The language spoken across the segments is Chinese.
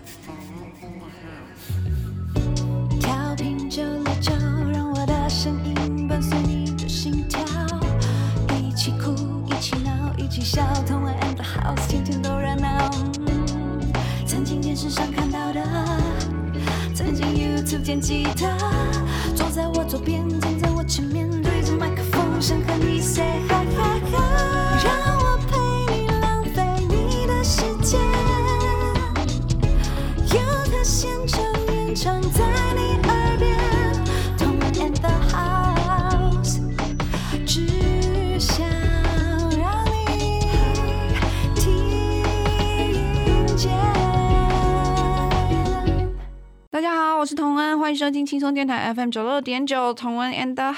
调频969，让我的声音伴随你的心跳，一起哭，一起闹，一起笑，同玩 and the house， 天天都热闹。曾经电视上看到的，曾经 YouTube 见吉他，坐在我左边，站在我前面，对着麦克风，想和你 say hi hi hi， 让我陪你浪费你的时间，有他现场演唱在你耳边，同玩 and the house， 只想让你听见。大家好，我是童安，欢迎收听轻松电台 FM96.9 童安 and the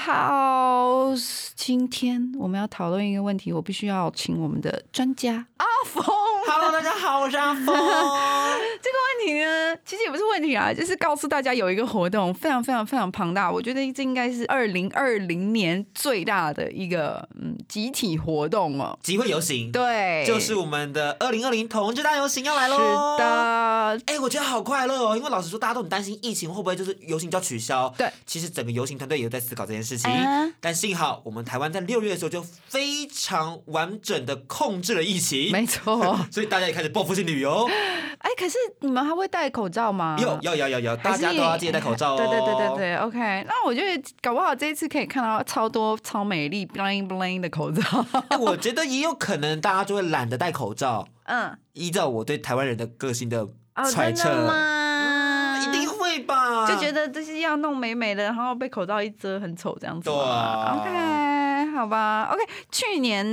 house。今天我们要讨论一个问题，我必须要请我们的专家阿峰。 Hello， 大家好，我是阿峰。这个问题呢，其实也不是问题啊，就是告诉大家有一个活动非常非常非常庞大，我觉得这应该是2020年最大的一个集体活动哦， 集会游行， 对， 就是我们的2020同志大游行要来咯。 是的， 我觉得好快乐哦，因为老实说，大家都很担心疫情会不会就是游行就要取消。 对， 其实整个游行团队也有在思考这件事情，但幸好我们台湾在6月的时候就非常完整的控制了疫情， 没错， 所以大家也开始报复性旅游。 可是你们还会戴口罩吗？ 有，大家都要记得戴口罩哦。对 ，OK。那我觉得搞不好这一次可以看到超多超美丽 bling bling 的口罩。 我觉得也有可能大家就会懒得戴口罩。依照我对台湾人的个性的揣测， 真的吗？ 一定会吧？ 就觉得就是要弄美美的，然后被口罩一遮很丑这样子。 对啊 ，OK， 好吧 ，OK。去年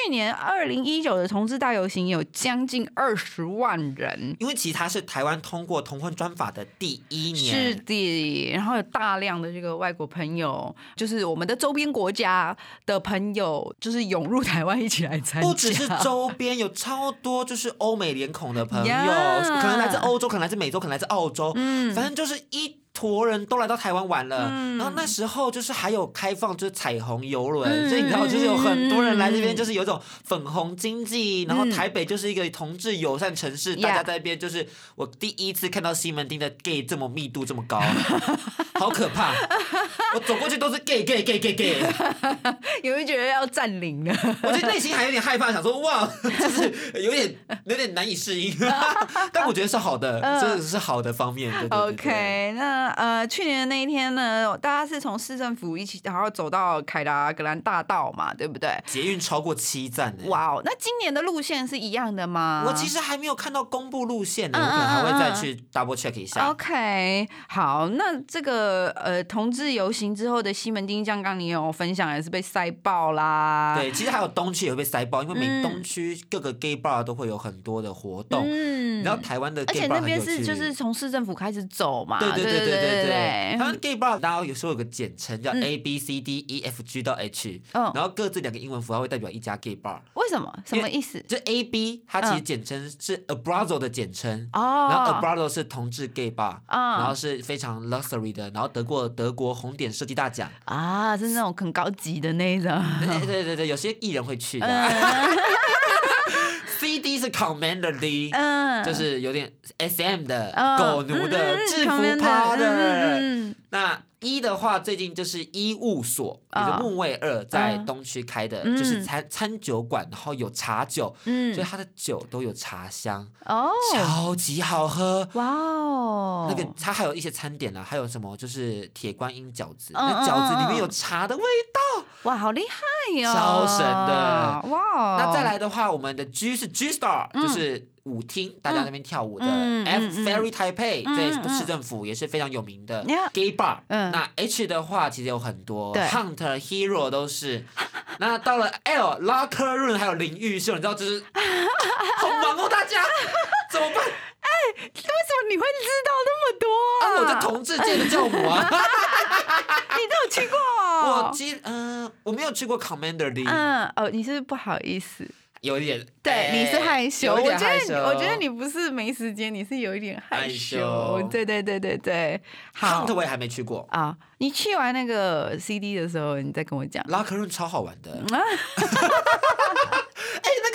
2019的同志大游行有将近20万人， 因为其实它是台湾通过同婚专法的第1年， 是的，然后有大量的这个外国朋友，就是我们的周边国家的朋友，就是涌入台湾一起来参加。 不只是周边，有超多就是欧美脸孔的朋友，可能来自欧洲，可能来自美洲，可能来自澳洲，反正就是一坨人都来到台湾玩了，然后那时候就是还有开放就是彩虹游轮，所以你知道就是有很多人来这边，就是有一种粉红经济，然后台北就是一个同志友善城市，大家在那边就是我第一次看到西门町的 gay 这么密度这么高，好可怕！我走过去都是 gay， 有没有觉得要占领了？ 我觉得内心还有点害怕，想说哇，就是有点难以适应，但我觉得是好的，这是好的方面。对 OK， 那去年的那一天呢，大家是从市政府一起，然后走到凯达格兰大道嘛，对不对？ 捷运超过7站呢。 哇哦，那今年的路线是一样的吗？ 我其实还没有看到公布路线呢，我可能还会再去 double check 一下。 OK， 好，那这个同志游行之后的西门町，像刚你有分享也是被塞爆啦。 对，其实还有东区也会被塞爆，因为每东区各个 gay bar 都会有很多的活动。你知道台湾的 gay bar 很有趣， 而且那边是就是从市政府开始走嘛。 对。台湾 gay bar 大家有时候有个简称叫 ABCDEFG 到 H，然后各自2个英文符号会代表一家 gay bar。 为什么？什么意思？ 就 AB 它其实简称是 Abrazo 的简称，然后 Abrazo 是同志 gay bar，然后是非常 luxury 的，然后得过德国红点设计大奖啊，是那种很高级的那种。 对，有些艺人会去的。CD 是 Commander D， 就是有点 SM 的狗奴的制服趴的。那1的话，最近就是医务所，也是木卫2在东区开的，就是餐酒馆，然后有茶酒，所以它的酒都有茶香，超级好喝。哇哦！那个它还有一些餐点啦，还有什么就是铁观音饺子，那饺子里面有茶的味道， 哇，好厉害哟！ 超神的哇！ 那再来的话，我们的 G 是 G Star，就是舞厅，大家那边跳舞的。F Ferry Taipei 在市政府也是非常有名的 gay bar。那 H 的话其实有很多 ，Hunter Hero 都是。那到了 L Locker Room 还有淋浴秀，你知道就是好忙哦，大家怎么办？ 为什么你会知道那么多我在同志界的教母啊！ 你都有去过？ 我没有去过 Commander D。 你是不是不好意思？ 有一点， 对，你是害羞。 有点害羞。 我觉得你不是没时间，你是有一点害羞。对。 好 ，Hunt 我也还没去过啊。你去完那个 CD 的时候，你再跟我讲。 Locker Room 超好玩的。那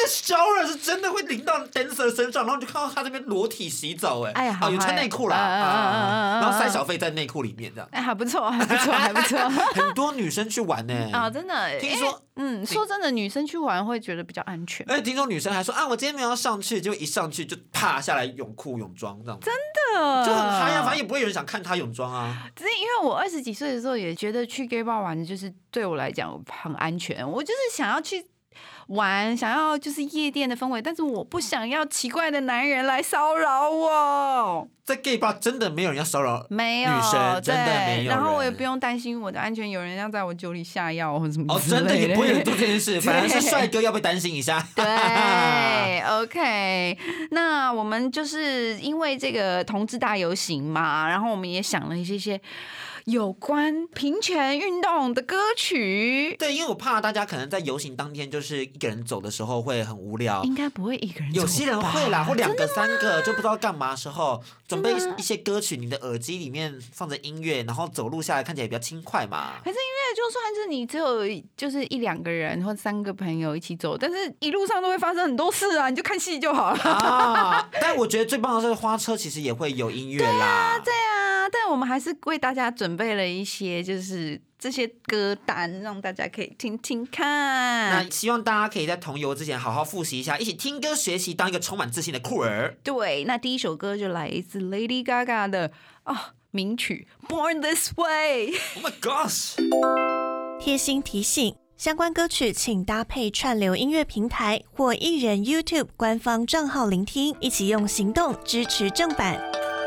那 shower 是真的会淋到 dancer 身上，然后你就看到他这边裸体洗澡， 哎呀， 有穿内裤啦，然后塞小费在内裤里面这样， 哎，还不错，还不错，还不错。 很多女生去玩呢， 啊，真的， 听说， 说真的，女生去玩会觉得比较安全。 而且听说女生还说啊，我今天没有要上去，就一上去就啪下来泳裤泳装这样， 真的就很嗨啊，反正也不会有人想看她泳装啊。 只是因为我20几岁的时候也觉得去 gay bar 玩就是对我来讲很安全，我就是想要去玩，想要就是夜店的氛围，但是我不想要奇怪的男人来骚扰我。 在 gay bar 真的没有人要骚扰没有女生，真的没有人。 然后我也不用担心我的安全，有人要在我酒里下药或者什么之类的。 真的也不会有人做这件事，反而是帅哥要被担心一下。 对，OK， 那我们就是因为这个同志大游行嘛，然后我们也想了一些有关平权运动的歌曲。 对，因为我怕大家可能在游行当天就是一个人走的时候会很无聊， 应该不会一个人走吧， 有些人会啦，或2个3个就不知道干嘛的时候，准备一些歌曲，你的耳机里面放着音乐，然后走路下来看起来比较轻快嘛。 可是因为就算是你只有就是1、2个人或3个朋友一起走，但是一路上都会发生很多事啊，你就看戏就好了啊。但我觉得最棒的是花车其实也会有音乐啦。 对啊，但我们还是为大家准备了一些就是这些歌单，让大家可以听听看。 那希望大家可以在同游之前好好复习一下，一起听歌学习，当一个充满自信的酷儿。 对，那第一首歌就来自 Lady Gaga 的名曲 Born This Way。Oh my gosh！ 贴心提醒，相关歌曲请搭配串流音乐平台或艺人 YouTube 官方账号聆听，一起用行动支持正版。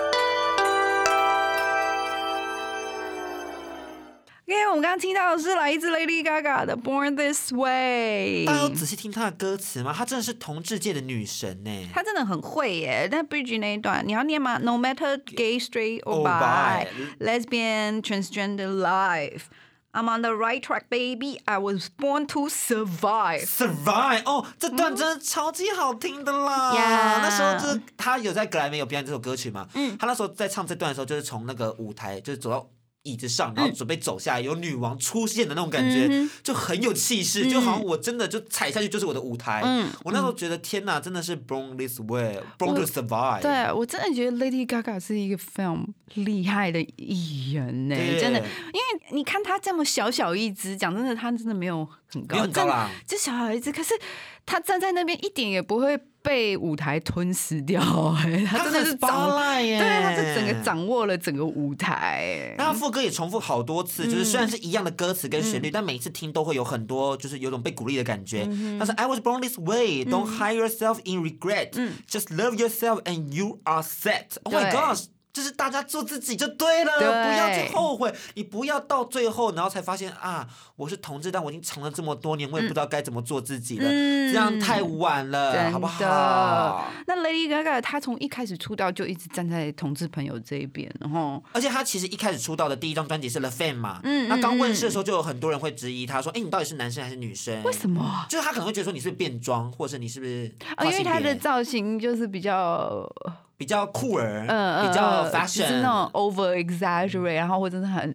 我们刚刚听到的是来自 Lady Gaga 的 Born This Way。 大家有仔细听她的歌词吗？她真的是同志界的女神耶， 她真的很会耶。但 Bridge 那一段你要念吗？ No matter gay, straight or bi, lesbian, transgender life, I'm on the right track, baby. I was born to survive. Survive 这段真的超级好听的啦。那时候就是她有在格莱美有表演这首歌曲嘛。她那时候在唱这段的时候，就是从那个舞台就是走到椅子上，然后准备走下来，有女王出现的那种感觉，就很有气势，就好像我真的就踩下去就是我的舞台。我那时候觉得天哪，真的是 born this way, born to survive。 对，我真的觉得 Lady Gaga 是一个非常厉害的艺人呢，真的，因为你看她这么小小一只，讲真的，她真的没有很高， 没有很高啦， 就小小一只，可是她站在那边一点也不会被舞台吞噬掉，他真的是对，他是整个掌握了整个舞台。 那他副歌也重复好多次，就是虽然是一样的歌词跟旋律，但每一次听都会有很多就是有种被鼓励的感觉。他说 I was born this way, don't hide yourself in regret, just love yourself and you are set. Oh my gosh！就是大家做自己就对了，不要去后悔，你不要到最后然后才发现啊，我是同志，但我已经藏了这么多年，我也不知道该怎么做自己了，这样太晚了，好不好？ 那 Lady Gaga 她从一开始出道就一直站在同志朋友这一边，然后而且她其实一开始出道的第一张专辑是 The Fan 嘛，那刚问世的时候就有很多人会质疑她说，你到底是男生还是女生？ 为什么？ 就是她可能会觉得说你是不是变装，或者是你是不是因为她的造型就是比较酷儿，比较 fashion， 就是那种 over exaggerate， 然后或者是很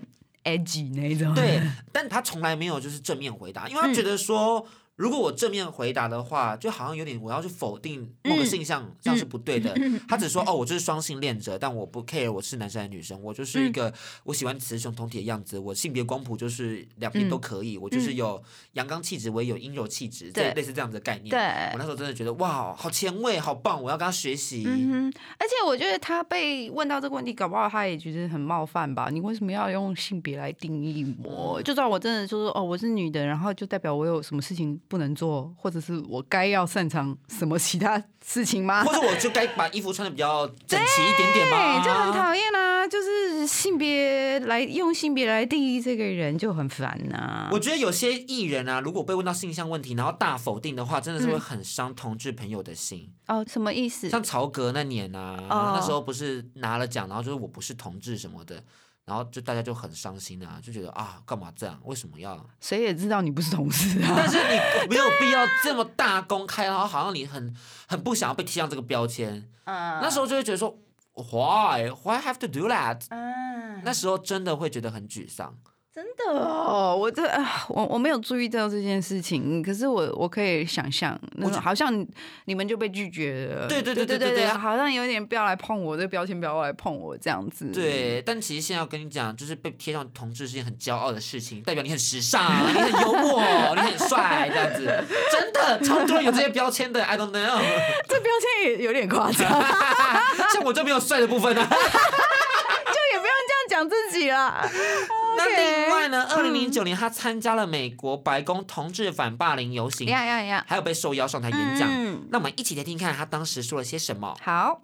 edgy 那种。 对，但他从来没有就是正面回答，因为他觉得说，如果我正面回答的话，就好像有点我要去否定某个性向，这样是不对的。他只说我就是双性恋者，但我不 care 我是男生还是女生，我就是一个我喜欢雌雄同体的样子，我性别光谱就是两边都可以，我就是有阳刚气质，我也有阴柔气质，类似这样子的概念。 对， 我那时候真的觉得哇，好前卫，好棒，我要跟他学习。 而且我觉得他被问到这个问题，搞不好他也觉得很冒犯吧？你为什么要用性别来定义我？就算我真的说我是女的，然后就代表我有什么事情不能做，或者是我该要擅长什么其他事情吗？ 或者我就该把衣服穿得比较整齐一点点吗？ 就很讨厌啊！就是用性别来定义这个人就很烦啊。 我觉得有些艺人啊，如果被问到性向问题，然后大否定的话，真的是会很伤同志朋友的心。 什么意思？ 像曹格那年啊，那时候不是拿了奖，然后就是我不是同志什么的。然后就大家就很伤心啊，就觉得干嘛这样？为什么要？谁也知道你不是同志啊， 但是你没有必要这么大公开，然后好像你很不想要被贴上这个标签。那时候就会觉得说 ，Why have to do that？那时候真的会觉得很沮丧。 真的哦，我没有注意到这件事情，可是我可以想象，好像你们就被拒绝了。对，好像有点不要来碰我，这个标签不要来碰我这样子。 对，但其实现在要跟你讲，就是被贴上同志是件很骄傲的事情，代表你很时尚，你很幽默，你很帅，这样子，真的超多人有这些标签的 ，I don't know。 这标签也有点夸张， 像我就没有帅的部分啊。 就也不用这样讲自己啦。 那另外呢，2009年他参加了美国白宫同志反霸凌游行，还有被受邀上台演讲。那我们一起来听看他当时说了些什么。 好。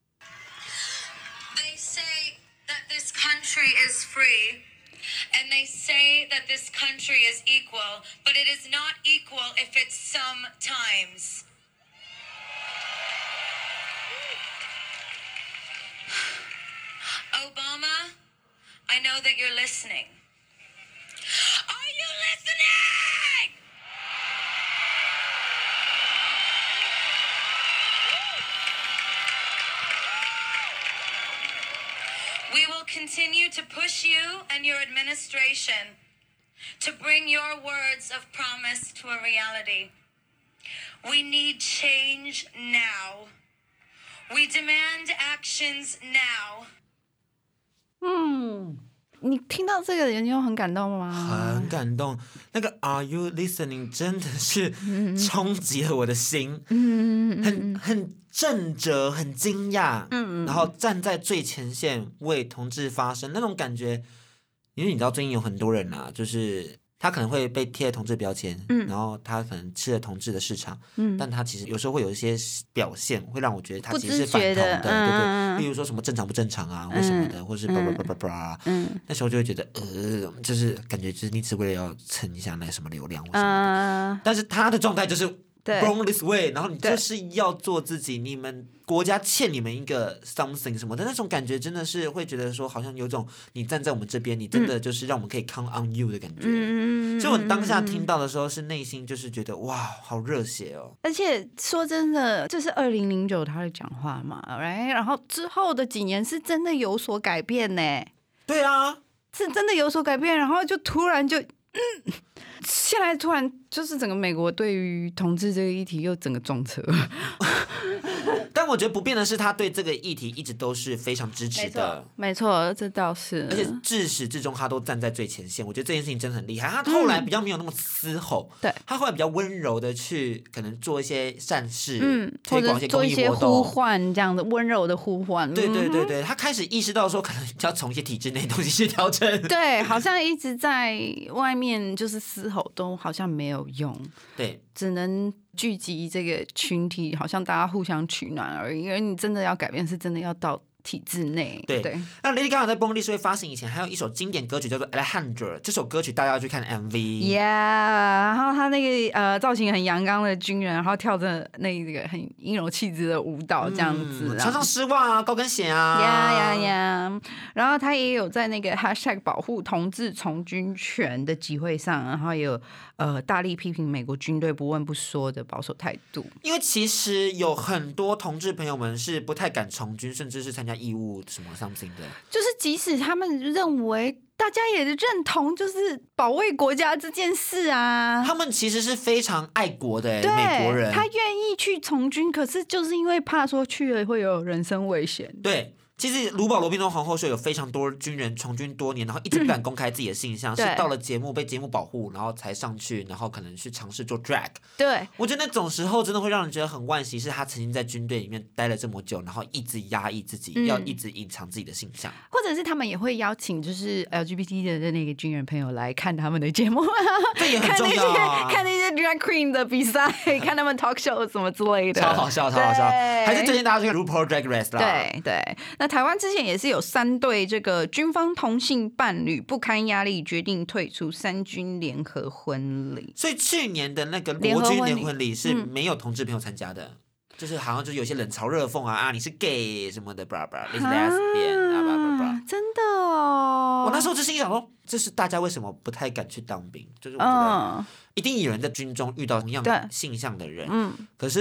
They say that this country is free, and they say that this country is equal, but it is not equal if it's sometimes. Obama, I know that you're listening. Are you listening? We will continue to push you and your administration to bring your words of promise to a reality. We need change now. We demand actions now. 你听到这个人有很感动吗？ 很感动，那个 Are you listening 真的是冲击了我的心，很震折，很惊讶，然后站在最前线为同志发声那种感觉，因为你知道最近有很多人啊，就是他可能会被贴了同志标签，然后他可能吃了同志的市场，但他其实有时候会有一些表现，会让我觉得他其实是反同的，对，例如说什么正常不正常啊，或什么的，或是那时候就会觉得就是感觉就是你只为了要蹭一下那什么流量或什么的，但是他的状态就是born this way， 然后你就是要做自己，你们国家欠你们一个 something 什么的那种感觉，真的是会觉得说好像有种你站在我们这边，你真的就是让我们可以 count on you 的感觉。所以我当下听到的时候是内心就是觉得哇好热血哦。 而且说真的，这是2009他的讲话嘛 right？ 然后之后的几年是真的有所改变呢。 对啊， 是真的有所改变，然后就突然就现在突然就是整个美国对于同志这个议题又整个撞车。 但我觉得不变的是，他对这个议题一直都是非常支持的。 没错，这倒是。 而且自始至终他都站在最前线，我觉得这件事情真的很厉害。他后来比较没有那么嘶吼， 对， 他后来比较温柔的去可能做一些善事， 推广一些公益活动， 做一些呼唤，这样的温柔的呼唤。 对，他开始意识到说，可能要从一些体制内的东西去调整。 对，好像一直在外面就是嘶吼都好像没有用。 对， 只能聚集这个群体，好像大家互相取暖而已。因为你真的要改变，是真的要到体制内。 对，那 Lady Gaga 在崩历史会发行以前，还有一首经典歌曲叫做《Alejandro》，这首歌曲大家要去看 MV。 然后他那个造型很阳刚的军人，然后跳着那个很阴柔气质的舞蹈，这样子， 穿上丝袜啊，高跟鞋啊， 然后他也有在那个 hashtag 保护同志从军权的集会上，然后也有大力批评美国军队不问不说的保守态度。 因为其实有很多同志朋友们是不太敢从军，甚至是参加义务什么 something 的， 就是即使他们认为大家也认同就是保卫国家这件事啊， 他们其实是非常爱国的美国人， 他愿意去从军，可是就是因为怕说去了会有人身危险。 对，其实卢保罗宾州皇后秀有非常多军人从军多年，然后一直不敢公开自己的性向，是到了节目被节目保护，然后才上去，然后可能去尝试做 drag。对，我觉得那种时候真的会让人觉得很惋惜，是他曾经在军队里面待了这么久，然后一直压抑自己，要一直隐藏自己的性向， 或者是他们也会邀请就是 LGBT 的那个军人朋友来看他们的节目， 这也很重要啊， 看那些 drag queen 的比赛，看他们 talk show 什么之类的， 超好笑，还是推荐大家去看 RuPaul Drag Race 啦。 对，那台湾之前也是有3对这个军方同性伴侣不堪压力决定退出3军联合婚礼， 所以去年的那个国军联婚礼是没有同志朋友参加的，就是好像就有些冷嘲热讽啊，你是 gay 什么的 blah blah， 你是 lesbian 啊 blah blah， 真的哦。我那时候就心想说，这是大家为什么不太敢去当兵，就是我觉得一定有人在军中遇到同样性向的人，可是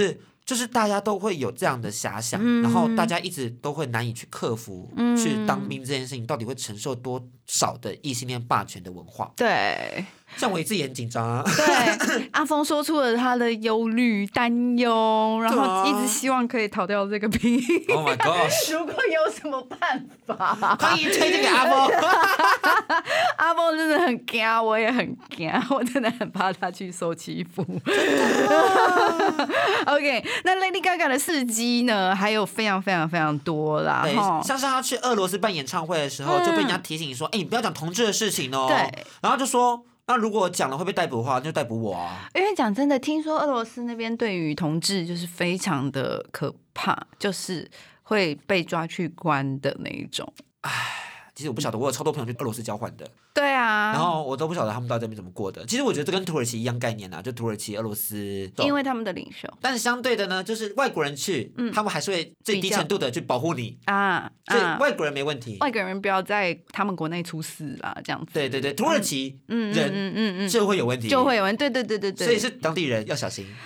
就是大家都会有这样的遐想，然后大家一直都会难以去克服，去当兵这件事情到底会承受多少的异性恋霸权的文化。 对， 像我自己很紧张啊。 对，阿峰说出了他的忧虑、担忧，然后一直希望可以逃掉这个兵。 Oh my gosh！ 如果有什么办法， 欢迎推荐给阿峰。 阿峰真的很怕，我也很怕，我真的很怕他去受欺负。OK， 那 Lady Gaga 的事迹呢，还有非常非常非常多啦。 对，像是他去俄罗斯办演唱会的时候，就被人家提醒说：“你不要讲同志的事情哦。” 对， 然后就说。那如果讲了会被逮捕的话，那就逮捕我啊！ 因为讲真的，听说俄罗斯那边对于同志就是非常的可怕，就是会被抓去关的那一种。 其实我不晓得，我有超多朋友去俄罗斯交换的。 对啊， 然后我都不晓得他们到底在那边怎么过的。其实我觉得这跟土耳其一样概念啊，就土耳其、俄罗斯， 因为他们的领袖。 但是相对的呢，就是外国人去，他们还是会最低程度的去保护你啊， 所以外国人没问题， 外国人不要在他们国内出事啦，这样子。 对对对，土耳其人就会有问题， 就会有问题，对， 所以是当地人要小心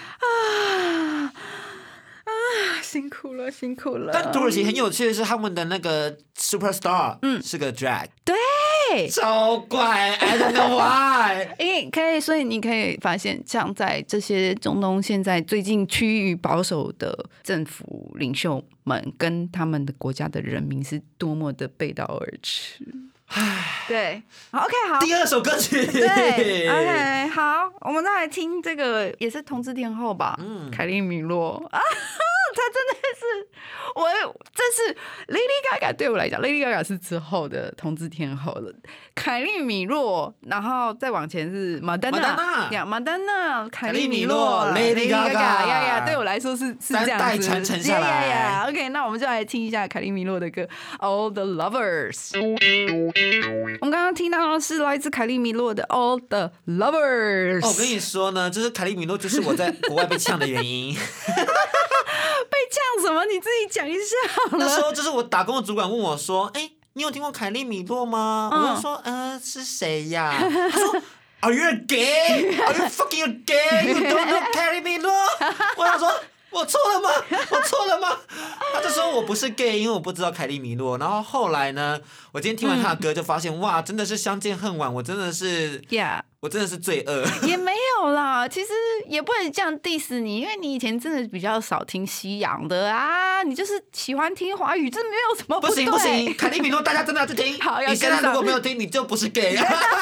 辛苦了，辛苦了。 但土耳其很有趣的是，他们的那个 superstar 是个 drag， 对， 超怪 ，I don't know why。 所以你可以发现，像在这些中东现在最近趋于保守的政府领袖们，跟他们的国家的人民是多么的背道而驰。对，好 ，OK， 好， 第二首歌曲， 对 ，OK， 好，我们再来听这个，也是同志天后吧，凯莉米洛啊，她真的是这是 Lady Gaga 对我来讲 ，Lady Gaga 是之后的同志天后了，凯莉米洛，然后再往前是马丹娜，凯莉米洛 ，Lady Gaga， 对我来说是这样子， 三代传承下来。 OK， 那我们就来听一下凯莉米洛的歌《All the Lovers》。我们刚刚听到的是来自凯莉米洛的《All the Lovers》。 我跟你说呢，就是凯莉米洛，就是我在国外被呛的原因。 被呛什么？你自己讲一下。 那时候就是我打工的主管问我说：“你有听过凯莉米洛吗？”我就说：“是谁呀？”他说：“Are you a gay? Are you fucking a gay? You don't know 凯莉米洛？”我想说。我错了吗？他就说我不是 gay， 因为我不知道凯莉米洛。然后后来呢，我今天听完他的歌，就发现哇，真的是相见恨晚，我真的是我真的是罪恶。 也没有啦，其实也不能这样 diss 你，因为你以前真的比较少听西洋的啊，你就是喜欢听华语，这没有什么不对。 不行，凯莉米洛大家真的要去听。好，你现在如果没有听，你就不是 gay。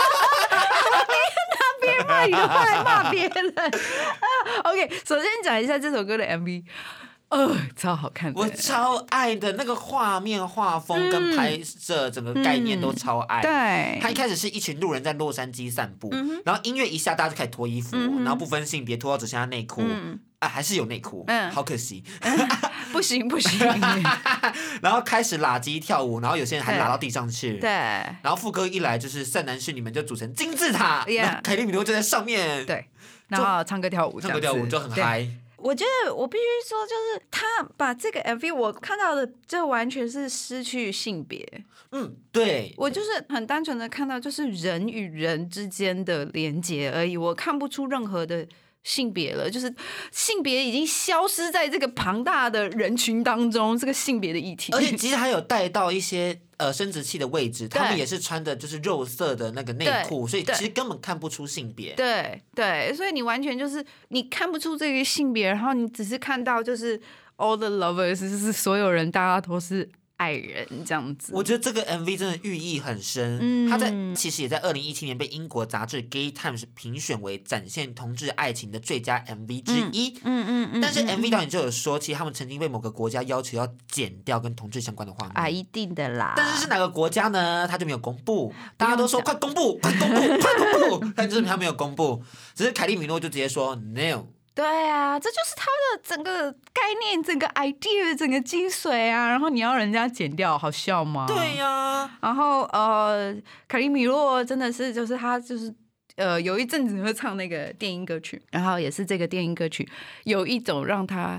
别人骂你就过来骂别人。OK， 首先讲一下这首歌的 MV， 超好看的， 我超爱的那个画面、画风跟拍摄整个概念都超爱。 对， 他一开始是一群路人在洛杉矶散步，然后音乐一下，大家就开始脱衣服，然后不分性别，脱到只剩下内裤。还是有内裤，好可惜。 不行。 然后开始拉鸡跳舞，然后有些人还拉到地上去。 对。 然后副歌一来就是善男信女们就组成金字塔，凯莉米洛就在上面。 对。然后唱歌跳舞就很嗨。 我觉得我必须说，就是他把这个 MV 我看到的，就完全是失去性别。 对， 我就是很单纯的看到，就是人与人之间的连结而已，我看不出任何的性别了，就是性别已经消失在这个庞大的人群当中，这个性别的议题。 而且其实还有带到一些生殖器的位置，他们也是穿的就是肉色的那个内裤，所以其实根本看不出性别。 对，所以你完全就是你看不出这个性别，然后你只是看到就是 all the lovers， 就是所有人大家都是爱人这样子。 我觉得这个 MV 真的寓意很深，他其实也在2017年被英国杂志 Gay Times 评选为展现同志爱情的最佳 MV 之一。但是 MV 导演就有说，其实他们曾经被某个国家要求要剪掉跟同志相关的画面。 一定的啦。 但是哪个国家呢？他就没有公布，大家都说快公布，但就是他没有公布，只是凯莉米洛就直接说 No。 对啊，这就是他的整个概念、整个 idea、整个精髓啊！然后你要人家剪掉，好笑吗？ 对呀。 然后凯莉米洛真的是，就是他就是有一阵子会唱那个电音歌曲，然后也是这个电音歌曲有一种让他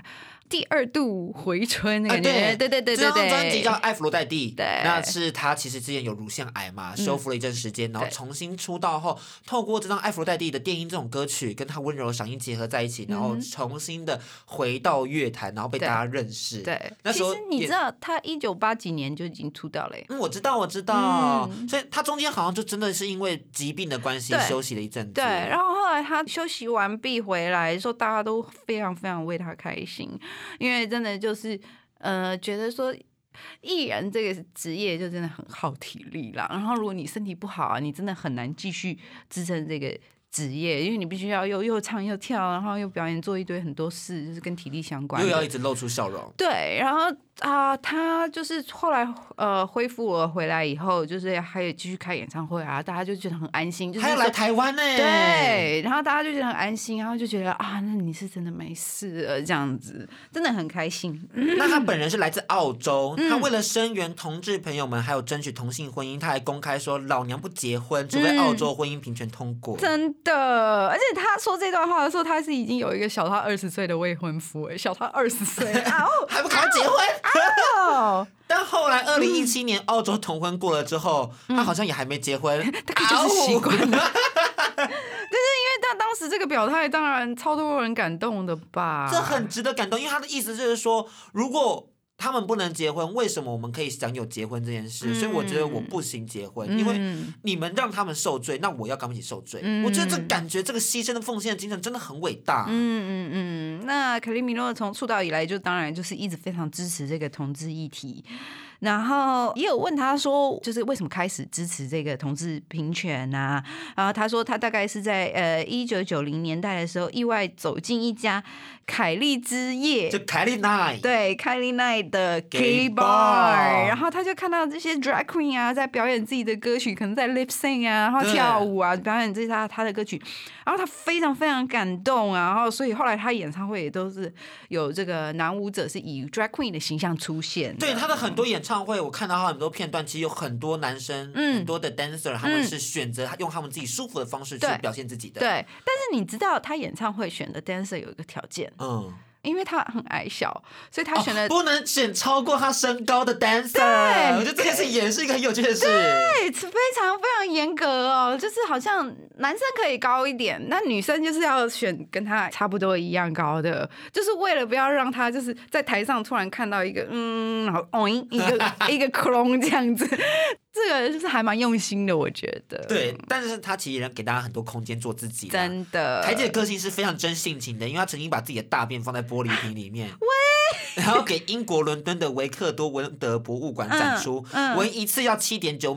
第2度回春的感觉。对， 这张专辑叫《爱佛罗代蒂》， 对， 那是他其实之前有乳腺癌嘛，修复了一阵时间，然后重新出道后，透过这张《爱佛罗代蒂》的电音这种歌曲，跟他温柔的嗓音结合在一起，然后重新的回到乐坛，然后被大家认识。 对， 那时候其实你知道他1980几年就已经出道了。 我知道，所以他中间好像就真的是因为疾病的关系休息了一阵子。 对，然后后来他休息完毕回来的时候，大家都非常非常为他开心，因为真的就是觉得说艺人这个职业就真的很耗体力啦。然后如果你身体不好啊，你真的很难继续支撑这个职业，因为你必须要又唱又跳，然后又表演，做一堆很多事，就是跟体力相关的， 又要一直露出笑容。 对，然后他就是后来恢复了回来以后，就是还有继续开演唱会啊，大家就觉得很安心，就是还要来台湾呢。 对，然后大家就觉得很安心，然后就觉得那你是真的没事了，这样子真的很开心。 那他本人是来自澳洲，他为了声援同志朋友们，还有争取同性婚姻，他还公开说老娘不结婚，除非澳洲婚姻平权通过。 真的，而且他说这段话的时候，他是已经有一个小他20岁的未婚夫，小他20岁， 还不赶快结婚？但后来2017年澳洲同婚过了之后，他好像也还没结婚， 他就是习惯了。但是因为他当时这个表态，当然超多人感动的吧？ 这很值得感动，因为他的意思就是说，如果他们不能结婚，为什么我们可以享有结婚这件事？所以我觉得我不行结婚，因为你们让他们受罪，那我要跟他们一起受罪。我觉得这感觉，这个牺牲的奉献的精神真的很伟大。 那凯莉米洛从出道以来，就当然就是一直非常支持这个同志议题。然后也有问他说，就是为什么开始支持这个同志平权啊？然后他说他大概是在1990年代的时候，意外走进一家凯莉之夜， 就凯莉奈， 对，凯莉奈的 gay bar， 然后他就看到这些 drag queen 啊，在表演自己的歌曲，可能在 lip sync 啊，然后跳舞啊，表演这些他的歌曲，然后他非常非常感动啊，然后所以后来他演唱会也都是有这个男舞者是以 drag queen 的形象出现的。 对，他的很多演唱会，我看到他很多片段，其实有很多男生，很多的 dancer，他们是选择用他们自己舒服的方式去表现自己的。 对，但是你知道他演唱会选的 dancer 有一个条件，因为他很矮小，所以他选的不能选超过他身高的 dancer。对，我觉得这件事也是一个很有趣的事。 对，非常非常严格哦，就是好像男生可以高一点，那女生就是要选跟他差不多一样高的，就是为了不要让他就是在台上突然看到一个然后一个clone这样子。这个就是还蛮用心的，我觉得。 对，但是他其实给大家很多空间做自己。 真的， 台姐的个性是非常真性情的，因为他曾经把自己的大便放在玻璃瓶里面，然后给英国伦敦的维克多文德博物馆展出，闻一次要$7.9。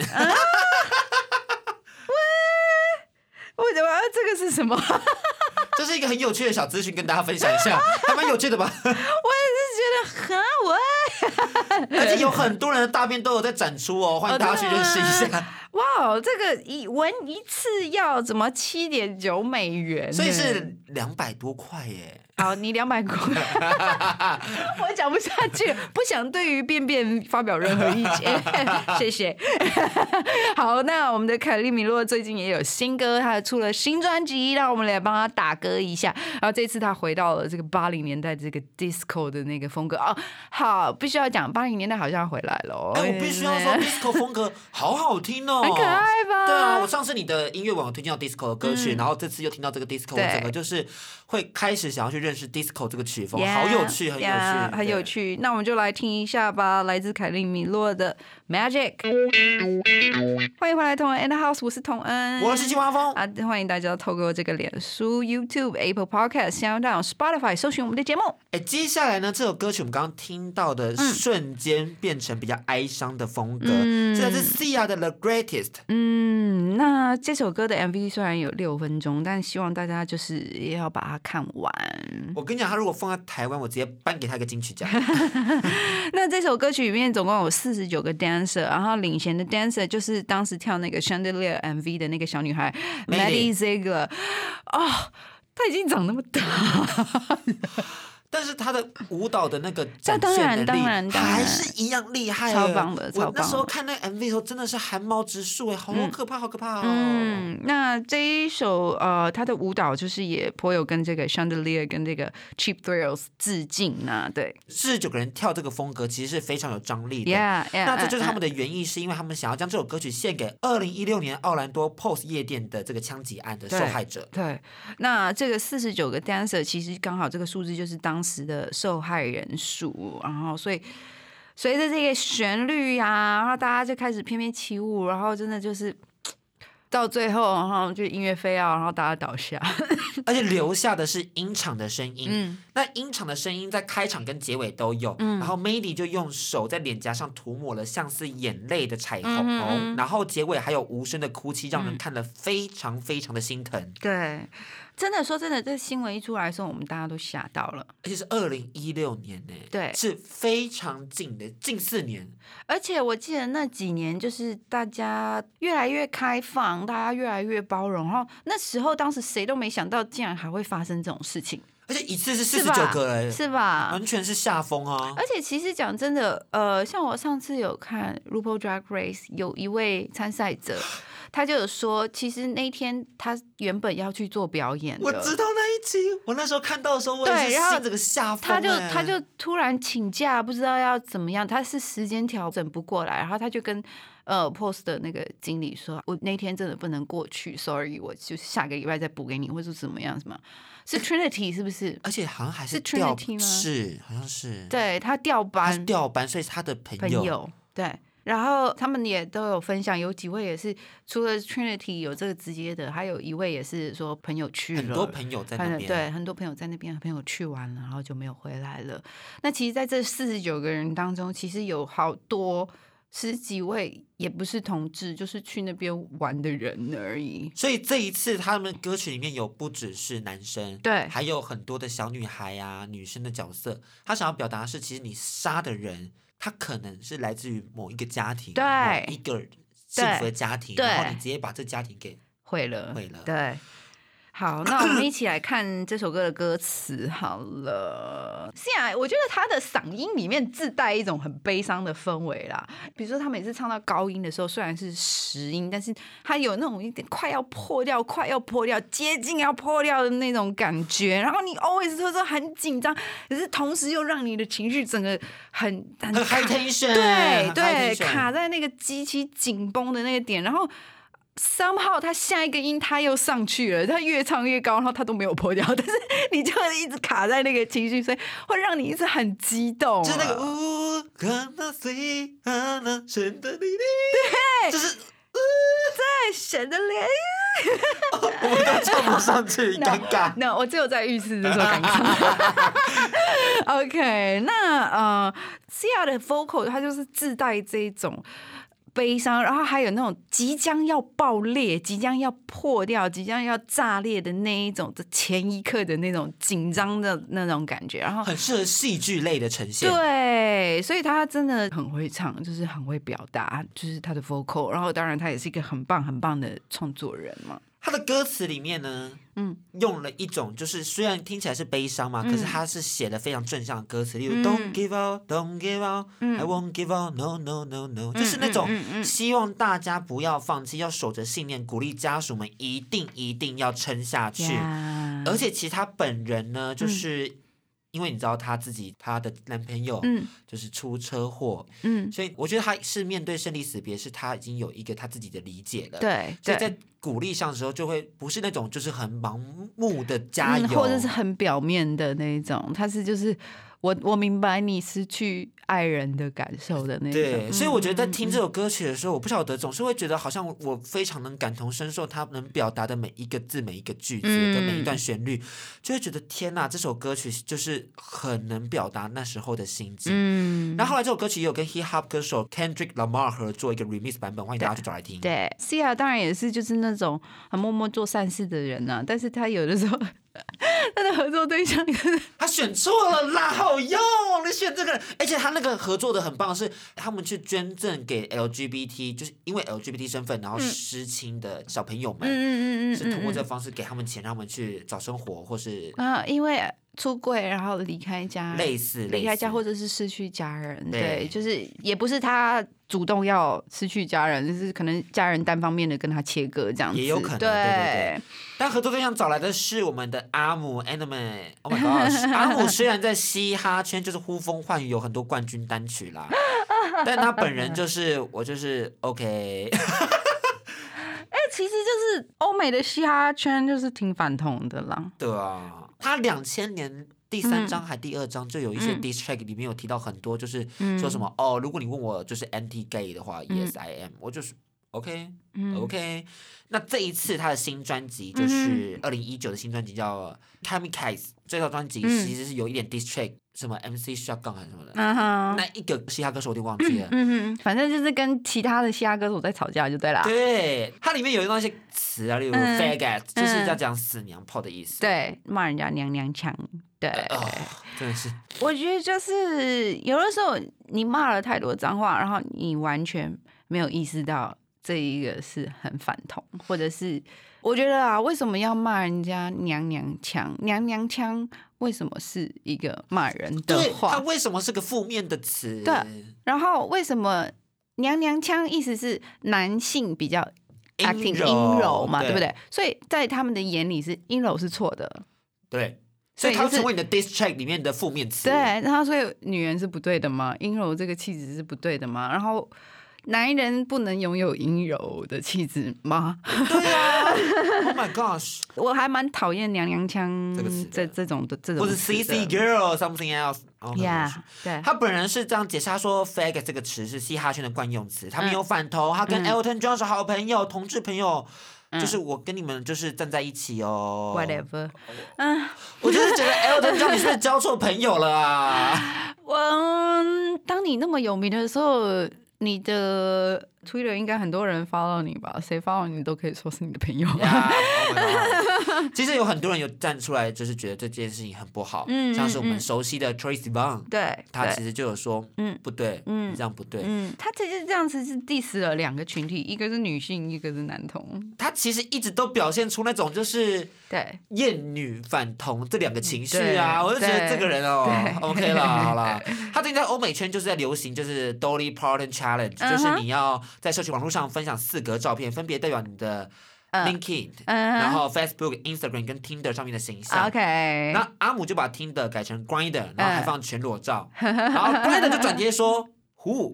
为什么这个是什么？ 这是一个很有趣的小资讯，跟大家分享一下，还蛮有趣的吧？ 我也是觉得而且有很多人的大便都有在展出哦，欢迎大家去认识一下。 哇，这个闻一次要怎么$7.9？ 所以是200多块耶。 好，你200块，我讲不下去，不想对于便便发表任何意见，谢谢。好，那我们的凯莉米洛最近也有新歌，她出了新专辑，让我们来帮她打歌一下。然后这次她回到了这个80年代这个 disco 的那个风格哦。好，必须要讲80年代好像回来了。 我必须要说 disco 风格好好听哦， 很可爱吧？ 对啊，我上次你的音乐网有推荐到 disco 的歌曲，然后这次又听到这个 disco， 我整个就是会开始想要去认识 disco 这个曲风，好有趣，很有趣， 很有趣。那我们就来听一下吧，来自凯莉米洛的 Magic。欢迎回来，同恩 and the house， 我是同恩， 我是青蛙风啊，欢迎大家透过这个脸书、YouTube、Apple Podcast、SoundOn、Spotify 搜寻我们的节目。 接下来呢，这首歌曲我们刚刚听到的，瞬间变成比较哀伤的风格，这来自 Sia 的 The Greatest。 那这首歌的 MV 虽然有6分钟，但希望大家就是也要把它看完。 我跟你讲，他如果放在台湾，我直接颁给他一个金曲奖。 那这首歌曲里面总共有49个 dancer， 然后领衔的 dancer 就是当时跳那个 Chandelier MV 的那个小女孩 Maddie Ziegler。她已经长那么大但是他的舞蹈的那个展现能力还是一样厉害， 超棒的，超棒的。 我那时候看那个 MV 的时候，真的是汗毛直竖，好可怕，好可怕那这一首他的舞蹈就是也颇有跟这个 Chandelier 跟这个 Cheap Thrills 致敬啊，对 ，49个人跳这个风格其实是非常有张力的。 那这就是他们的原意，是因为他们想要将这首歌曲献给2016年奥兰多 POS 夜店的这个枪击案的受害者。 对，那这个49个 dancer 其实刚好这个数字就是当时的受害人数，然后所以随着这个旋律啊，然后大家就开始翩翩起舞，然后真的就是到最后，然后就音乐飞要，然后大家倒下， 而且留下的是音场的声音。那音场的声音在开场跟结尾都有。然后 Mady 就用手在脸颊上涂抹了像是眼泪的彩虹，然后结尾还有无声的哭泣，让人看了非常非常的心疼。 对。真的说真的，这新闻一出来的时候，我们大家都吓到了， 而且是2016年呢， 对， 是非常近的，近4年。 而且我记得那几年，就是大家越来越开放，大家越来越包容，然后那时候当时谁都没想到，竟然还会发生这种事情。 而且一次是49个人， 是吧？ 完全是下风啊！ 而且其实讲真的，像我上次有看 RuPaul Drag Race， 有一位参赛者。他就有说，其实那一天他原本要去做表演的。 我知道那一集，我那时候看到的时候，我也是心整个下风。 他就突然请假，不知道要怎么样，他是时间调整不过来，然后他就跟POS 的那个经理说，我那天真的不能过去 ，sorry， 我就下个礼拜再补给你，或者怎么样什么。是 Trinity 是不是？ 而且好像还是 Trinity 吗？ 是，好像是。 对，他调班， 所以是他的朋友。 对。然后他们也都有分享，有几位也是除了 Trinity 有这个直接的，还有一位也是说朋友去了， 很多朋友在那边， 对，很多朋友在那边，朋友去完了，然后就没有回来了。那其实在这49个人当中，其实有好多10几位也不是同志，就是去那边玩的人而已。 所以这一次他们歌曲里面有不只是男生， 对， 还有很多的小女孩啊、女生的角色。他想要表达的是，其实你杀的人。他可能是来自于某一个家庭， 对， 某一个幸福的家庭，然后你直接把这家庭给毁了， 对。 好，那我们一起来看这首歌的歌词好了。Sia，我觉得他的嗓音里面自带一种很悲伤的氛围啦。比如说他每次唱到高音的时候，虽然是10音，但是他有那种一点快要破掉、接近要破掉的那种感觉。然后你 always 都是很紧张，可是同时又让你的情绪整个很 high tension， 对，卡在那个极其紧绷的那个点，然后。somehow 他下一个音他又上去了，他越唱越高，然后他都没有破掉，但是你就一直卡在那个情绪，所以会让你一直很激动。 就是那个对，就是在神的脸， 我们都唱不上去，尴尬。 那我只有在浴室的时候敢唱。OK， 那Sia 的 vocal 它就是自带这种。悲伤，然后还有那种即将要爆裂、即将要破掉、即将要炸裂的那一种的前一刻的那种紧张的那种感觉，然后很适合戏剧类的呈现。 对，所以他真的很会唱，就是很会表达，就是他的 vocal。然后当然他也是一个很棒很棒的创作人嘛。 他的歌词里面呢，用了一种就是虽然听起来是悲伤嘛，可是他是写的非常正向的歌词，例如 Don't give up, Don't give up, I won't give up, No no no no， 就是那种希望大家不要放弃，要守着信念，鼓励家属们一定要撑下去。而且其实他本人呢，就是因为你知道他的男朋友就是出车祸，所以我觉得他是面对生离死别，是他已经有一个他自己的理解了。 对， 所以在鼓励上的时候，就会不是那种就是很盲目的加油， 或者是很表面的那一种，他是就是。我明白你失去爱人的感受的那种。 对，所以我觉得在听这首歌曲的时候，我不晓得总是会觉得好像我非常能感同身受他能表达的每一个字、每一个句子跟每一段旋律，就会觉得天哪，这首歌曲就是很能表达那时候的心境。然后后来这首歌曲也有跟 hip hop 歌手 Kendrick Lamar 合作一个 remix 版本，欢迎大家去找来听。 对 ，Sia 当然也是就是那种很默默做善事的人啊，但是他有的时候。他的合作对象他选错了啦，好用，你选这个人，而且他那个合作的很棒，是他们去捐赠给 LGBT， 就是因为 LGBT 身份然后失亲的小朋友们，是通过这个方式给他们钱，让他们去找生活，或是因为出柜，然后离开家， 类似离开家，或者是失去家人，对，就是也不是他主动要失去家人，就是可能家人单方面的跟他切割这样子， 也有可能，对。但合作对象找来的是我们的阿姆 ，Anime，Oh my gosh， 阿姆虽然在嘻哈圈就是呼风唤雨，有很多冠军单曲啦，但他本人就是我就是 OK。 其实就是欧美的嘻哈圈就是挺反同的啦。 对啊，他2000年第3章还第2章就有一些 diss track 里面有提到很多，就是说什么如果你问我就是 anti gay 的话，Yes I am， 我就是 OK， 那这一次他的新专辑就是2019的新专辑叫 Kamikaze， 这套专辑其实是有一点 diss track。什么 MC Shotgun 还是什么的，那一个嘻哈歌手我有点忘记了。 反正就是跟其他的嘻哈歌手在吵架就对了。 对，它里面有那些词啊，例如 faggot， 就是要讲死娘炮的意思。 对，骂人家娘娘腔。对， 真的是。 我觉得就是有的时候你骂了太多脏话，然后你完全没有意识到这一个是很反同，或者是我觉得啊，为什么要骂人家娘娘腔？娘娘腔为什么是一个骂人的话？ 它为什么是个负面的词？ 对，然后为什么娘娘腔意思是男性比较 acting 阴柔嘛，对不对？所以在他们的眼里是阴柔是错的。 对。所以它成为你的 diss track 里面的负面词。 对，然后所以女人是不对的吗？阴柔这个气质是不对的吗？然后男人不能拥有阴柔的气质吗？ 对啊 ，Oh my gosh， 我还蛮讨厌娘娘腔这种的， 或者 CC girl something else。Yeah， 对。 他本人是这样解释，他说 faggot 这个词是嘻哈圈的惯用词，他没有反同，他跟 Elton John 是好朋友，同志朋友。就是我跟你们就是站在一起哦。 Whatever， 我就是觉得 Elton John 你是不是交错朋友了啊？ 当你那么有名的时候，你的 Twitter 应该很多人 follow 你吧？谁 follow 你都可以说是你的朋友。 其实有很多人有站出来，就是觉得这件事情很不好，像是我们熟悉的 Troye Sivan， 对，他其实就有说，不对，你这样不对。 他其实这样子是 diss 了2个群体，一个是女性，一个是男同。 他其实一直都表现出那种就是对厌女反同这2个情绪啊，我就觉得这个人OK 了，好了。他最近在欧美圈就是在流行就是 Dolly Parton Challenge， 就是你要在社群网络上分享4格照片，分别代表你的LinkedIn， 然后 Facebook、Instagram 跟 Tinder 上面的形象。 OK， 那阿姆就把 Tinder 改成 Grindr， 然后还放全裸照，然后 Grindr 就转接说 Who，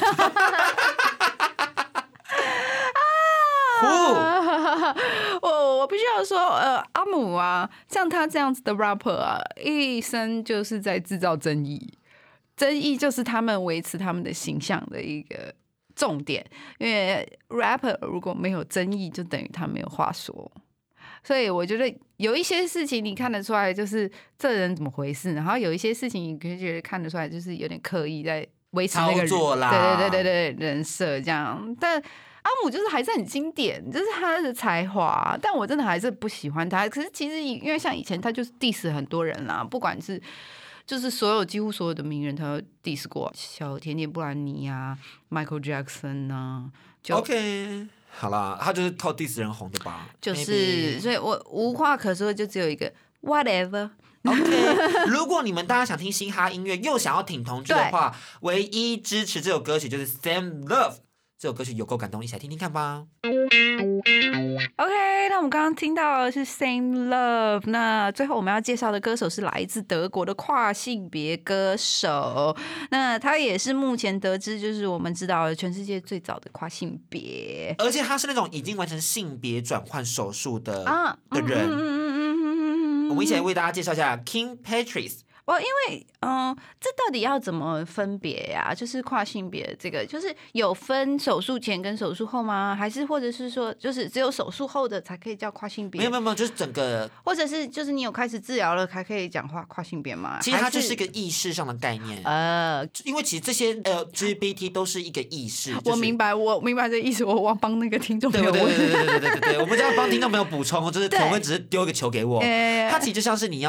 我必须要说，阿姆啊，像他这样子的 rapper 啊，一生就是在制造争议，争议就是他们维持他们的形象的一个重点，因为 rapper 如果没有争议，就等于他没有话说。所以我觉得有一些事情你看得出来，就是这人怎么回事，然后有一些事情你可以觉得看得出来，就是有点刻意在维持那个人操作啦， 对人设这样。但阿姆就是还是很经典，这是他的才华，但我真的还是不喜欢他。可是其实因为像以前他就是 diss 很多人啦，不管是就是几乎所有的名人，他都 diss 过，小甜甜布兰妮啊 ，Michael Jackson 啊 ，OK， 好啦，他就是靠 diss 人红的吧？ 就是，所以我无话可说，就只有一个 whatever。OK， 如果你们大家想听嘻哈音乐，又想要挺同志的话，唯一支持这首歌曲就是 Same Love。这首歌曲有够感动，一起来听听看吧。 OK， 那我们刚刚听到的是 Same Love， 那最后我们要介绍的歌手是来自德国的跨性别歌手，那他也是目前得知就是我们知道的全世界最早的跨性别， 而且他是那种已经完成性别转换手术的人。我们一起来为大家介绍一下 King Patrice。 因为这到底要怎么分别呀？就是跨性别这个，就是有分手术前跟手术后吗？还是或者是说，就是只有手术后的才可以叫跨性别？ 没有，就是整个， 或者是就是你有开始治疗了，才可以讲跨性别吗？ 其实它就是一个意识上的概念。因为其实这些LGBT 都是一个意识。 我明白这意思，我帮那个听众朋友。 对，我们这样帮听众朋友补充，就是可能会只是丢一个球给我。它其实就像是你要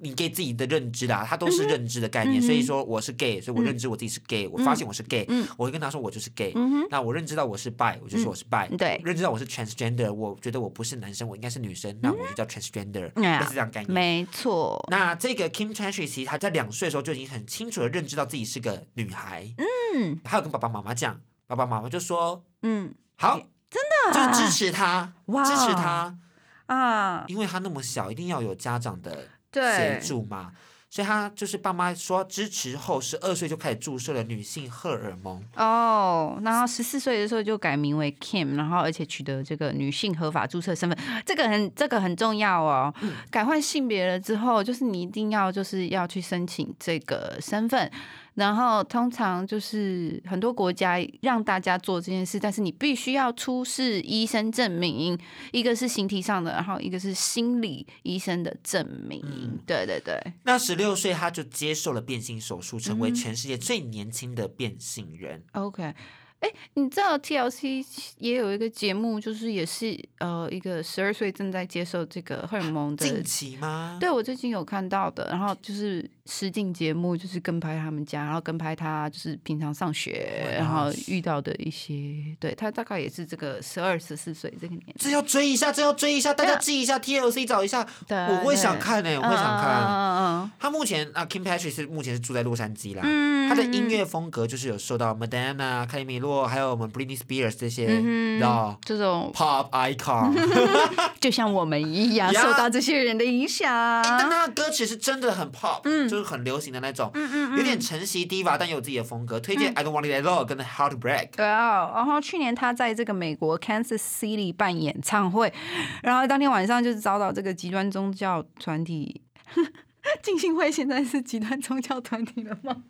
你给自己的认知啦，它都是认知的概念。所以说我是 gay， 所以我认知我自己是 gay，我发现我是 gay，我会跟他说我就是 gay。那我认知到我是 bi， 我就说我是 bi。 对， 认知到我是 transgender， 我觉得我不是男生，我应该是女生，那我就叫 transgender，类似这样概念。 没错。 那这个 Kim Tracy 其实她在2岁的时候就已经很清楚的认知到自己是个女孩。还有跟爸爸妈妈讲，爸爸妈妈就说，好， 真的就是支持她，支持她啊， 因为她那么小，一定要有家长的协助嘛。所以他就是爸妈说支持后，12岁就开始注射了女性荷尔蒙。 然后14岁的时候就改名为 Kim， 然后而且取得这个女性合法注册身份，这个很重要哦。改换性别了之后，就是你一定要去申请这个身份。然后通常就是很多国家让大家做这件事，但是你必须要出示医生证明，一个是形体上的，然后一个是心理医生的证明。对对对。 那16岁他就接受了变性手术，成为全世界最年轻的变性人。 OK。你知道 TLC 也有一个节目，就是也是一个12岁正在接受这个荷尔蒙的近期吗？ 对，我最近有看到的，然后就是实境节目，就是跟拍他们家，然后跟拍他就是平常上学，然后遇到的一些，对，他大概也是这个12、14岁这个年纪。 这要追一下，大家记一下 TLC 找一下，我会想看我会想看。他目前Kim Patrick 目前是住在洛杉矶啦，他的音乐风格就是有受到 Madonna、凯里米洛还有我们 Britney Spears 这些， 这种 pop icon， 就像我们一样受到这些人的影响。 但他的歌词是真的很 pop，就是很流行的那种，有点承袭 diva， 但有自己的风格。推荐 I Don't Want It At All 跟 Heartbreak。 对啊，然后去年他在这个美国 Kansas City 办演唱会，然后当天晚上就是遭到这个极端宗教团体。浸信会现在是极端宗教团体了吗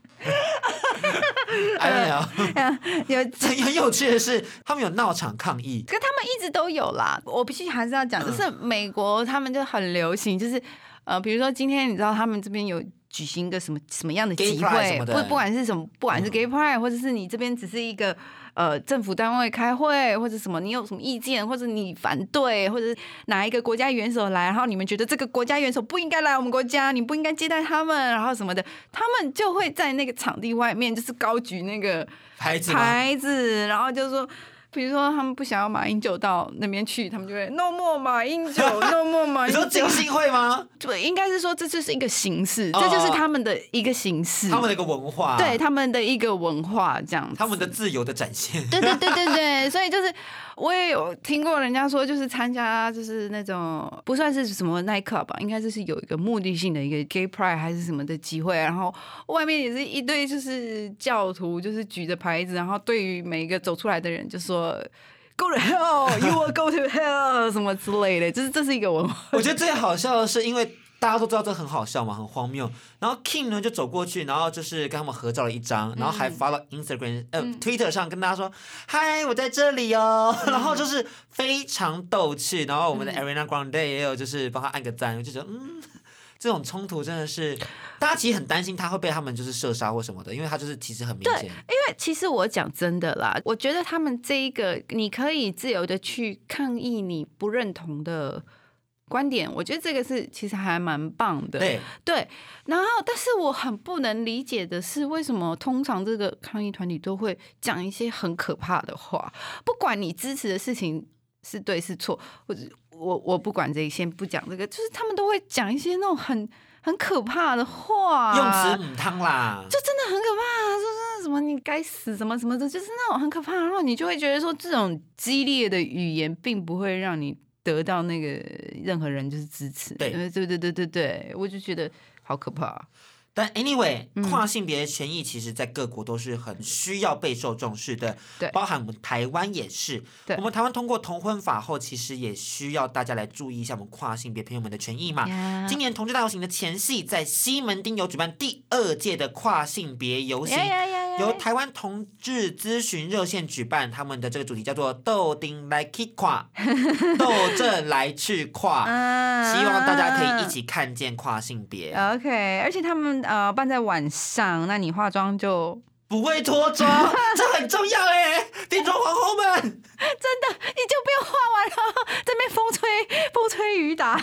？I don't know。很有趣的是，他们有闹场抗议， 可他们一直都有啦。我必须还是要讲，就是美国他们就很流行，就是比如说今天你知道他们这边有举行一个什么样的集会，不管是什么，不管是 Gay Pride， 或者是你这边只是一个政府单位开会，或者什么，你有什么意见，或者你反对，或者哪一个国家元首来，然后你们觉得这个国家元首不应该来我们国家，你不应该接待他们，然后什么的，他们就会在那个场地外面就是高举那个牌子，然后就说。比如说他们不想要马英九到那边去，他们就会 No more 马英九，No more 马英九。 你说浸信会吗？ 对，应该是说这就是一个形式，这就是他们的一个形式， 他们的一个文化， 对，他们的一个文化这样子， 他们的自由的展现。 对，所以就是我也有听过人家说，就是参加就是那种不算是什么 night club 吧，应该就是有一个目的性的一个 gay pride 还是什么的机会，然后外面也是一堆就是教徒，就是举着牌子，然后对于每一个走出来的人就说。Go to hell, you will go to hell 什么之类的，就是这是一个文化。 我觉得最好笑的是，因为大家都知道这很好笑嘛，很荒谬。然后 Kim 呢就走过去，然后就是跟他们合照了一张，然后还发了 Twitter 上跟大家说：“嗨，我在这里哦。”然后就是非常逗趣。然后我们的 Ariana Grande 也有就是帮他按个赞，我就觉得这种冲突真的是，大家其实很担心他会被他们就是射杀或什么的，因为他就是其实很明显。 对，因为其实我讲真的啦，我觉得他们这一个你可以自由的去抗议你不认同的观点，我觉得这个是其实还蛮棒的。对，然后但是我很不能理解的是，为什么通常这个抗议团体都会讲一些很可怕的话，不管你支持的事情是对是错，或者我不管这个，先不讲这个，就是他们都会讲一些那种很可怕的话， 用词母汤啦， 就真的很可怕，就是什么你该死什么什么的，就是那种很可怕。然后你就会觉得说，这种激烈的语言并不会让你得到那个任何人就是支持。对，我就觉得好可怕。 但 anyway， 跨性别权益其实在各国都是很需要备受重视的，包含我们台湾也是。我们台湾通过同婚法后，其实也需要大家来注意一下我们跨性别朋友们的权益嘛。今年同志大游行的前夕，在西门町有举办第2届的跨性别游行，由台湾同志咨询热线举办，他们的这个主题叫做斗阵来去跨，斗阵来去跨，希望大家可以一起看见跨性别。 OK， 而且他们办在晚上，那你化妆就不会脱妆，这很重要哎！变装皇后们， 真的你就不用化完了，这边风吹雨打，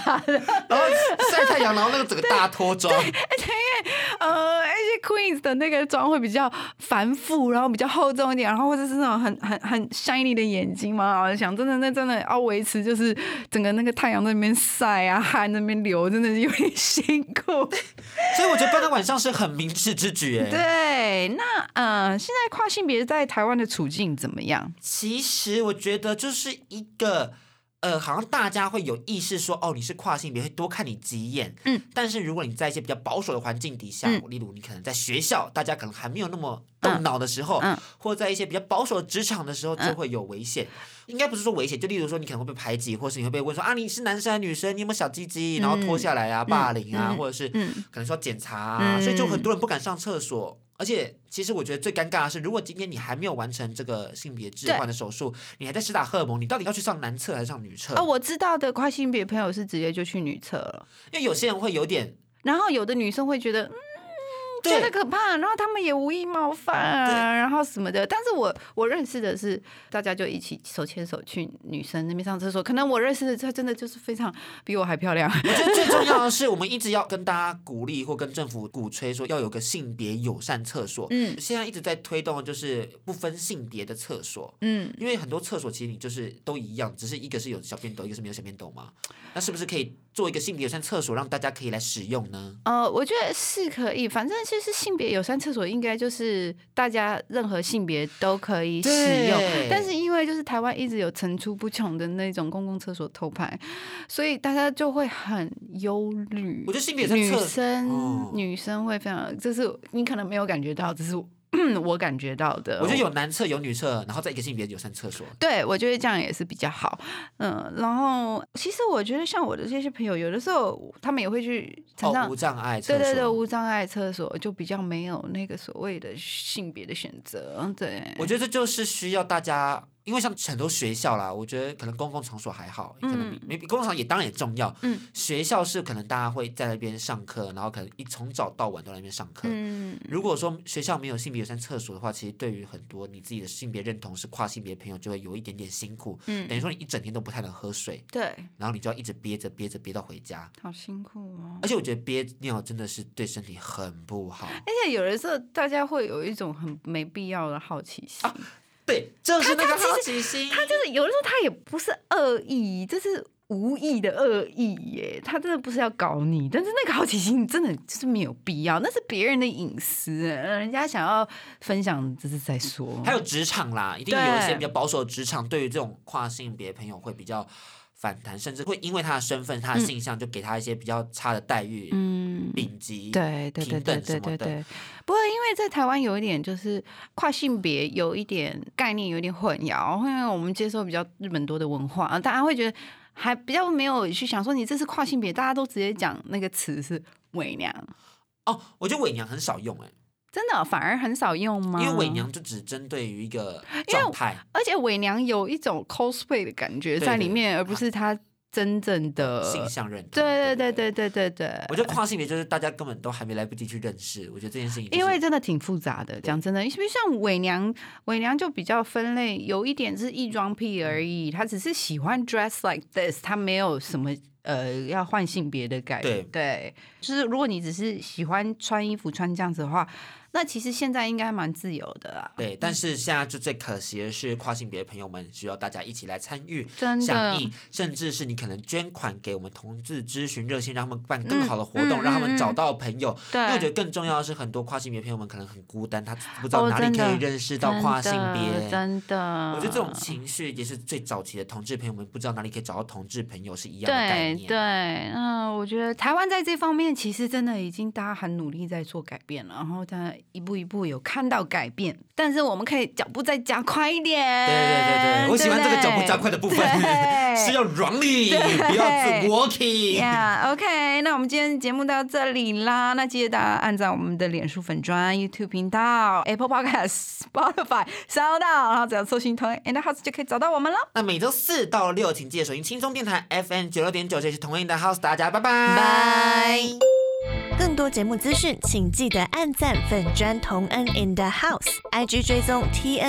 的， 然后晒太阳，然后那个整个大脱妆。 对，因为一些 Queens 的那个妆会比较繁复，然后比较厚重一点，然后或者是那种很 shiny 的眼睛嘛。我想真的要维持，就是整个那个太阳在那边晒啊，汗在那边流，真的是有点辛苦。 所以我觉得办在晚上是很明智之举哎。 对，那现在跨性别在台湾的处境怎么样？ 其实我觉得就是一个。好像大家会有意识说，哦，你是跨性别，会多看你几眼。但是如果你在一些比较保守的环境底下，例如你可能在学校，大家可能还没有那么动脑的时候，或者在一些比较保守的职场的时候，就会有危险。应该不是说危险，就例如说你可能会被排挤，或是你会被问说啊，你是男生还是女生？你有没有小鸡鸡？然后脱下来啊，霸凌啊，或者是可能说检查啊，所以就很多人不敢上厕所。而且，其实我觉得最尴尬的是，如果今天你还没有完成这个性别置换的手术，你还在施打荷尔蒙，你到底要去上男厕还是上女厕？ 我知道的跨性别朋友是直接就去女厕了， 因为有些人会有点， 然后有的女生会觉得。觉得可怕，然后他们也无意冒犯啊，然后什么的。但是我认识的是，大家就一起手牵手去女生那边上厕所。可能我认识的她真的就是非常比我还漂亮。 我觉得最重要的是，我们一直要跟大家鼓励或跟政府鼓吹说，要有个性别友善厕所。现在一直在推动就是不分性别的厕所。因为很多厕所其实你就是都一样，只是一个是有小便斗，一个是没有小便斗嘛。那是不是可以做一个性别友善厕所，让大家可以来使用呢？ 我觉得是可以，反正。其实性别友善厕所应该就是大家任何性别都可以使用，但是因为就是台湾一直有层出不穷的那种公共厕所偷拍，所以大家就会很忧虑。 我觉得性别友善厕所女生会非常，这是你可能没有感觉到，这是我感觉到的。 我觉得有男厕有女厕，然后再一个性别友善厕所。 对，我觉得这样也是比较好。然后其实我觉得像我的这些朋友，有的时候他们也会去无障碍厕所。 对，无障碍厕所就比较没有那个所谓的性别的选择。对， 我觉得这就是需要大家。因为像很多学校啦，我觉得可能公共场所还好，可能公共场所也当然也重要。学校是可能大家会在那边上课，然后可能从早到晚都在那边上课。如果说学校没有性别友善厕所的话，其实对于很多你自己的性别认同是跨性别朋友，就会有一点点辛苦。等于说你一整天都不太能喝水。 对， 然后你就要一直憋到回家， 好辛苦哦。 而且我觉得憋尿真的是对身体很不好， 而且有的时候大家会有一种很没必要的好奇心。 对，就是那个好奇心。 他就是有的时候他也不是恶意，这是无意的恶意耶。他真的不是要搞你，但是那个好奇心真的就是没有必要，那是别人的隐私，人家想要分享这是在说。 还有职场啦，一定有一些比较保守的职场，对于这种跨性别朋友会比较反弹，甚至会因为他的身份、他的性向，就给他一些比较差的待遇、丙级、平等什么的。 不过，因为在台湾有一点就是跨性别有一点概念有一点混淆，因为我们接受比较日本多的文化，大家会觉得还比较没有去想说你这是跨性别，大家都直接讲那个词是伪娘。 我觉得伪娘很少用真的反而很少用吗？ 因为伪娘就只针对于一个状态， 而且伪娘有一种 cosplay 的感觉在里面，而不是他真正的性向认同。 对。 我觉得跨性别就是大家根本都还没来不及去认识，我觉得这件事情、因为真的挺复杂的。讲真的，因为像伪娘就比较分类，有一点是异装癖而已，他只是喜欢 dress like this， 他没有什么要换性别的感觉。对，就是如果你只是喜欢穿衣服穿这样子的话，那其实现在应该蛮自由的啦。 对，但是现在就最可惜的是，跨性别的朋友们需要大家一起来参与、响应，甚至是你可能捐款给我们同志咨询热线，让他们办更好的活动，让他们找到朋友。因为我觉得更重要的是，很多跨性别朋友们可能很孤单，他不知道哪里可以认识到跨性别。 真的， 我觉得这种情绪也是最早期的同志朋友们不知道哪里可以找到同志朋友是一样的概念。 对，我觉得台湾在这方面其实真的已经大家很努力在做改变了，然后大家一步一步有看到改变，但是我们可以脚步再加快一点。 对，我喜欢这个脚步加快的部分，是要 running， 不要 walking。OK， 那我们今天节目到这里啦，那记得大家按照我们的脸书粉专、YouTube 频道、Apple Podcast、Spotify、SoundOn， 然后只要搜寻同恩 in the house 就可以找到我们了。 那每周4到6，请记得收听轻松电台 FM 96.9，这是同恩 in the house， 大家拜拜。 拜。 更多节目资讯，请记得按赞粉专同恩 in the house，IG 追踪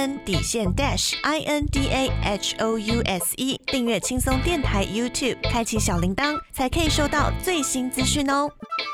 TN_INDAHOUSE， 订阅轻松电台 YouTube， 开启小铃铛，才可以收到最新资讯哦。